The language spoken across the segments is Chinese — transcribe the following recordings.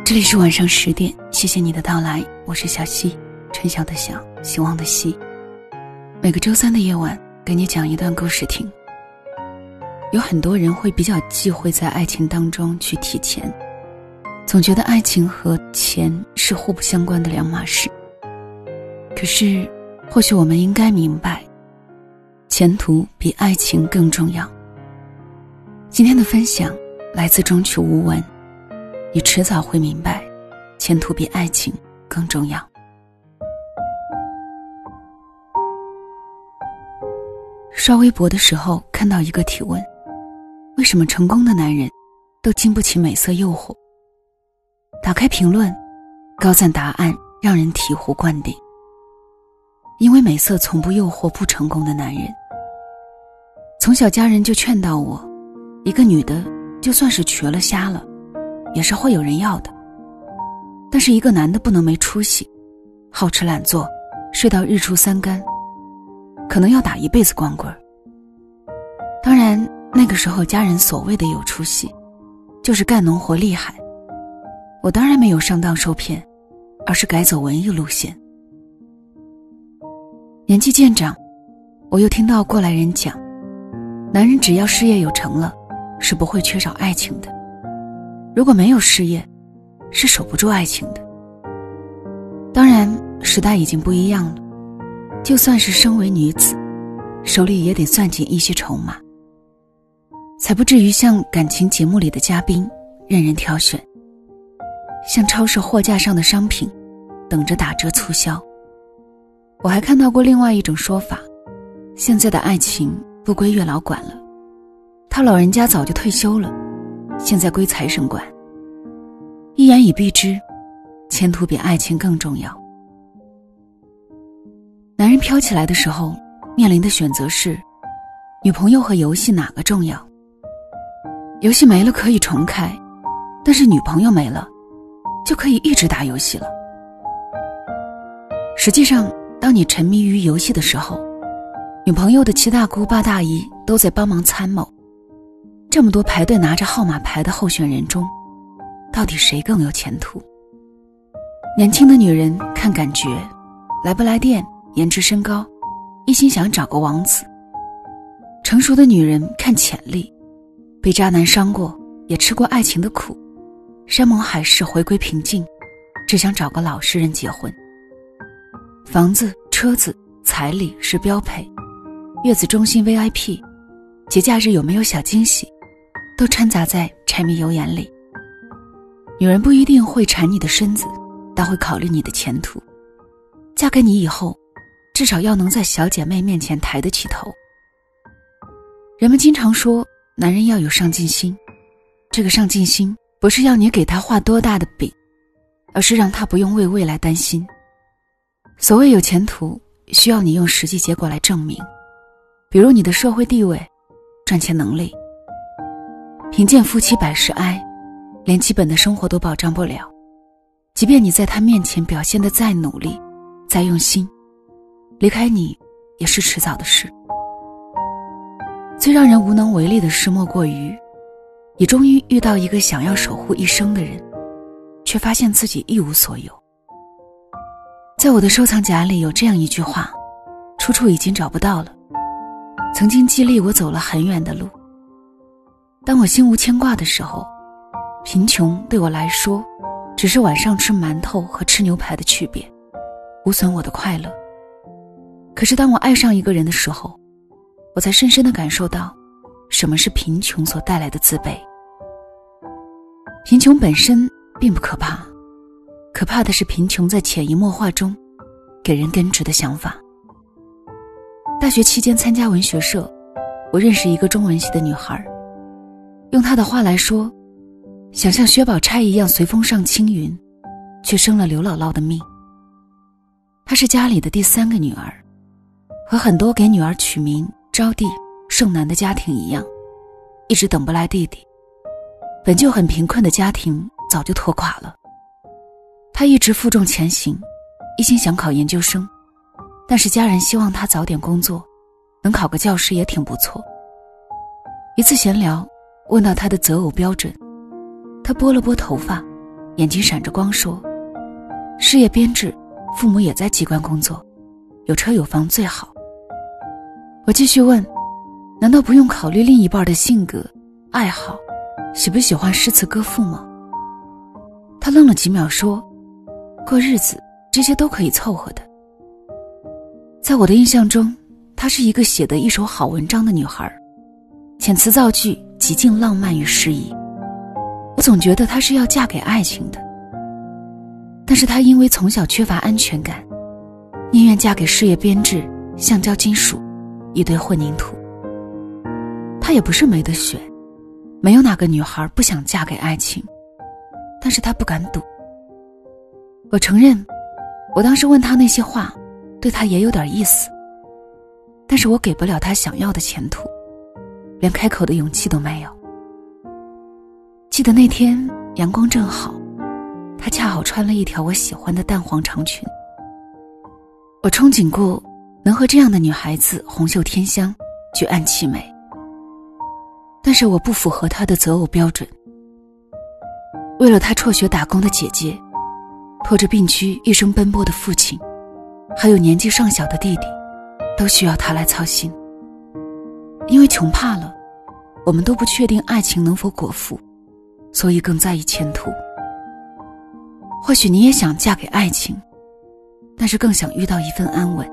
这里是晚上10点，谢谢你的到来，我是小溪，春晓的晓，希望的希。每个周三的夜晚给你讲一段故事听。有很多人会比较忌讳在爱情当中去提钱，总觉得爱情和钱是互不相关的两码事。可是或许我们应该明白，前途比爱情更重要。今天的分享来自中曲无闻，你迟早会明白，前途比爱情更重要。刷微博的时候看到一个提问，为什么成功的男人都经不起美色诱惑？打开评论，高赞答案让人醍醐灌顶。因为美色从不诱惑不成功的男人。从小家人就劝导我，一个女的就算是瘸了瞎了也是会有人要的，但是一个男的不能没出息，好吃懒做，睡到日出三竿，可能要打一辈子光棍。当然那个时候家人所谓的有出息就是干农活厉害，我当然没有上当受骗，而是改走文艺路线。年纪渐长，我又听到过来人讲，男人只要事业有成了，是不会缺少爱情的，如果没有事业，是守不住爱情的。当然时代已经不一样了，就算是身为女子，手里也得攥紧一些筹码，才不至于像感情节目里的嘉宾任人挑选，像超市货架上的商品等着打折促销。我还看到过另外一种说法，现在的爱情不归月老管了，他老人家早就退休了，现在归财神管。一言以蔽之，前途比爱情更重要。男人飘起来的时候面临的选择是，女朋友和游戏哪个重要？游戏没了可以重开，但是女朋友没了就可以一直打游戏了。实际上当你沉迷于游戏的时候，女朋友的七大姑八大姨都在帮忙参谋，这么多排队拿着号码牌的候选人中，到底谁更有前途？年轻的女人看感觉，来不来电，颜值身高，一心想找个王子。成熟的女人看潜力，被渣男伤过，也吃过爱情的苦，山盟海誓回归平静，只想找个老实人结婚。房子、车子、彩礼是标配，月子中心 VIP， 节假日有没有小惊喜，都掺杂在柴米油盐里。女人不一定会馋你的身子，但会考虑你的前途。嫁给你以后，至少要能在小姐妹面前抬得起头。人们经常说男人要有上进心，这个上进心不是要你给他画多大的饼，而是让他不用为未来担心。所谓有前途，需要你用实际结果来证明，比如你的社会地位、赚钱能力。贫贱夫妻百事哀，连基本的生活都保障不了，即便你在他面前表现得再努力再用心，离开你也是迟早的事。最让人无能为力的事莫过于，你终于遇到一个想要守护一生的人，却发现自己一无所有。在我的收藏夹里有这样一句话，出处已经找不到了，曾经激励我走了很远的路。当我心无牵挂的时候，贫穷对我来说只是晚上吃馒头和吃牛排的区别，无损我的快乐。可是当我爱上一个人的时候，我才深深地感受到什么是贫穷所带来的自卑。贫穷本身并不可怕，可怕的是贫穷在潜移默化中给人根植的想法。大学期间参加文学社，我认识一个中文系的女孩，用她的话来说，想像薛宝钗一样随风上青云，却生了刘姥姥的命。她是家里的第3个女儿，和很多给女儿取名招娣盛男的家庭一样，一直等不来弟弟。本就很贫困的家庭早就拖垮了。她一直负重前行，一心想考研究生，但是家人希望她早点工作，能考个教师也挺不错。一次闲聊，问到她的择偶标准，她拨了拨头发， 眼睛闪着光说，事业编制，父母也在机关工作，有车有房最好。我继续问，难道不用考虑另一半的性格、爱好，喜不喜欢诗词歌赋吗？他愣了几秒说，过日子这些都可以凑合的。在我的印象中，她是一个写得一手好文章的女孩，遣词造句极尽浪漫与诗意，我总觉得她是要嫁给爱情的。但是她因为从小缺乏安全感，宁愿嫁给事业编制、橡胶金属一堆混凝土。她也不是没得选，没有哪个女孩不想嫁给爱情，但是她不敢赌。我承认，我当时问她那些话对她也有点意思，但是我给不了她想要的前途，连开口的勇气都没有。记得那天阳光正好，她恰好穿了一条我喜欢的淡黄长裙。我憧憬过能和这样的女孩子红袖添香，举案齐眉，但是我不符合她的择偶标准。为了她辍学打工的姐姐，拖着病躯一生奔波的父亲，还有年纪尚小的弟弟，都需要她来操心。因为穷怕了，我们都不确定爱情能否果腹，所以更在意前途。或许你也想嫁给爱情，但是更想遇到一份安稳。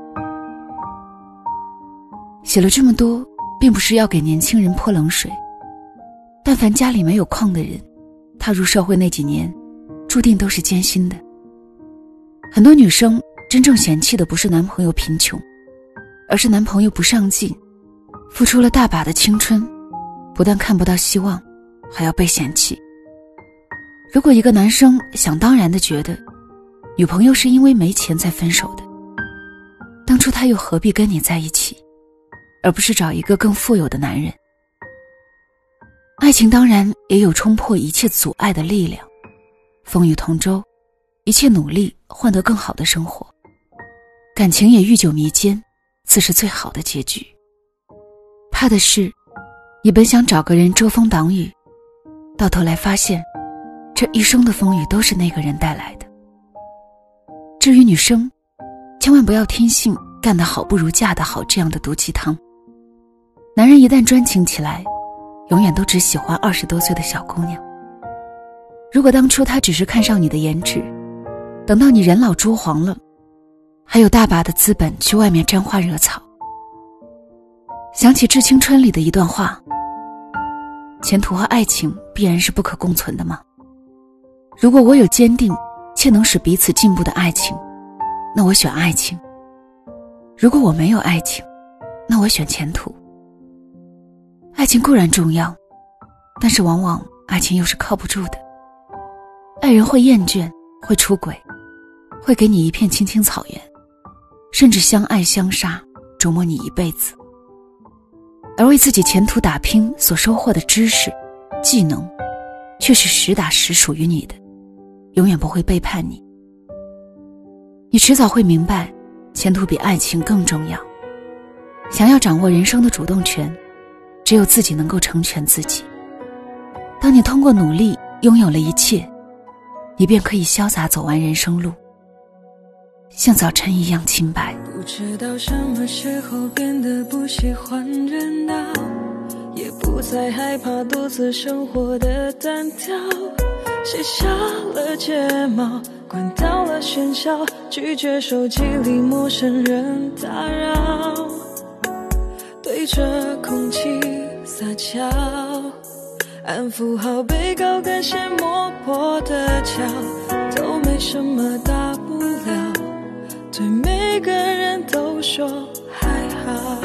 写了这么多，并不是要给年轻人泼冷水，但凡家里没有矿的人，踏入社会那几年注定都是艰辛的。很多女生真正嫌弃的不是男朋友贫穷，而是男朋友不上进，付出了大把的青春，不但看不到希望，还要被嫌弃。如果一个男生想当然地觉得女朋友是因为没钱才分手的，当初他又何必跟你在一起，而不是找一个更富有的男人？爱情当然也有冲破一切阻碍的力量，风雨同舟，一切努力换得更好的生活。感情也愈久弥坚，自是最好的结局。怕的是你本想找个人遮风挡雨，到头来发现这一生的风雨都是那个人带来的。至于女生，千万不要听信干得好不如嫁得好这样的毒鸡汤。男人一旦专情起来，永远都只喜欢20多岁的小姑娘。如果当初他只是看上你的颜值，等到你人老珠黄了，还有大把的资本去外面沾花惹草。想起《致青春》里的一段话，前途和爱情必然是不可共存的吗？如果我有坚定且能使彼此进步的爱情，那我选爱情；如果我没有爱情，那我选前途。爱情固然重要，但是往往爱情又是靠不住的。爱人会厌倦，会出轨，会给你一片青青草原，甚至相爱相杀，折磨你一辈子。而为自己前途打拼所收获的知识、技能，却是实打实属于你的，永远不会背叛你。你迟早会明白，前途比爱情更重要。想要掌握人生的主动权，只有自己能够成全自己。当你通过努力拥有了一切，你便可以潇洒走完人生路，像早晨一样清白。 不知道什么时候变得不喜欢热闹，也不再害怕独自生活的单调，卸下了睫毛，关掉了喧嚣，拒绝手机里陌生人打扰，对着空气撒娇，安抚好被高跟鞋磨破的脚，都没什么大不了，对每个人都说还好。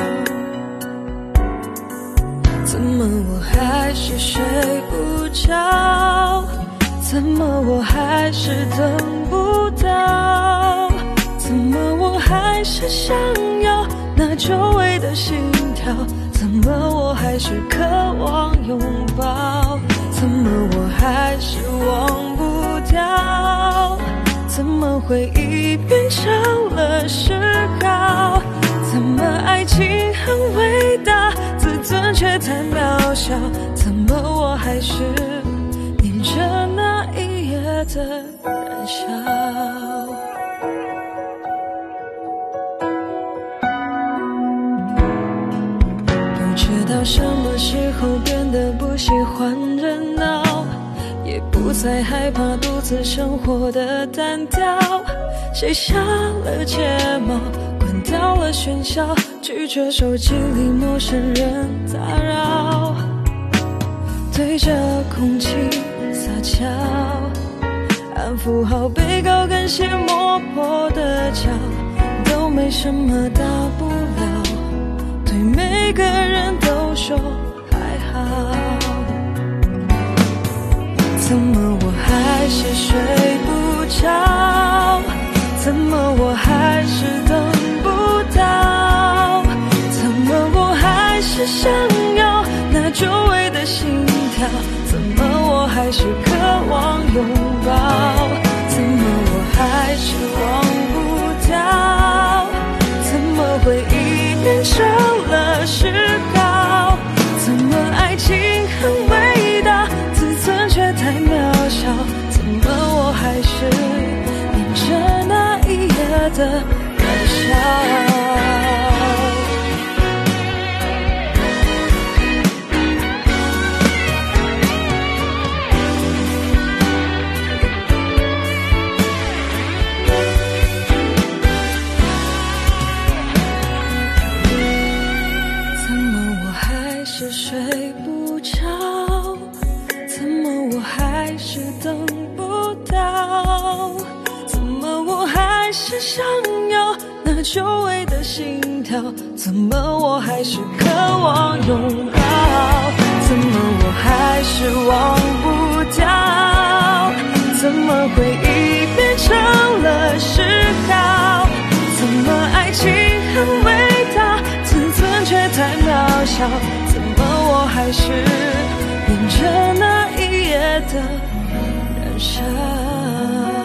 怎么我还是睡不着？怎么我还是等不到？怎么我还是想要那久违的心跳？怎么我还是渴望拥抱？怎么我还是忘不掉？怎么回忆变成了嗜好？怎么爱情很伟大，自尊却太渺小？怎么我还是念着那一页的燃烧。不知道什么时候变得不喜欢热闹，也不再害怕独自生活的单调。谁下了睫毛，关掉了喧嚣，拒绝手机里陌生人打扰，对着空气撒娇，安抚好被高跟鞋磨破的脚，都没什么大不了，对每个人都说还好。怎么我还是睡不着？怎么我还是等不到？怎么我还是想要那久违的心跳？怎么我还是渴望拥抱？怎么我还是忘不掉？怎么回忆变成了诗稿？怎么爱情很伟大，自尊却太渺小？怎么我还是念着那一夜的燃烧？睡不着，怎么我还是等不到？怎么我还是想要那久违的心跳？怎么我还是渴望拥抱？怎么我还是忘不掉？怎么回忆变成了诗稿？怎么爱情很伟大，自尊却太渺小？我还是念着那一夜的燃烧。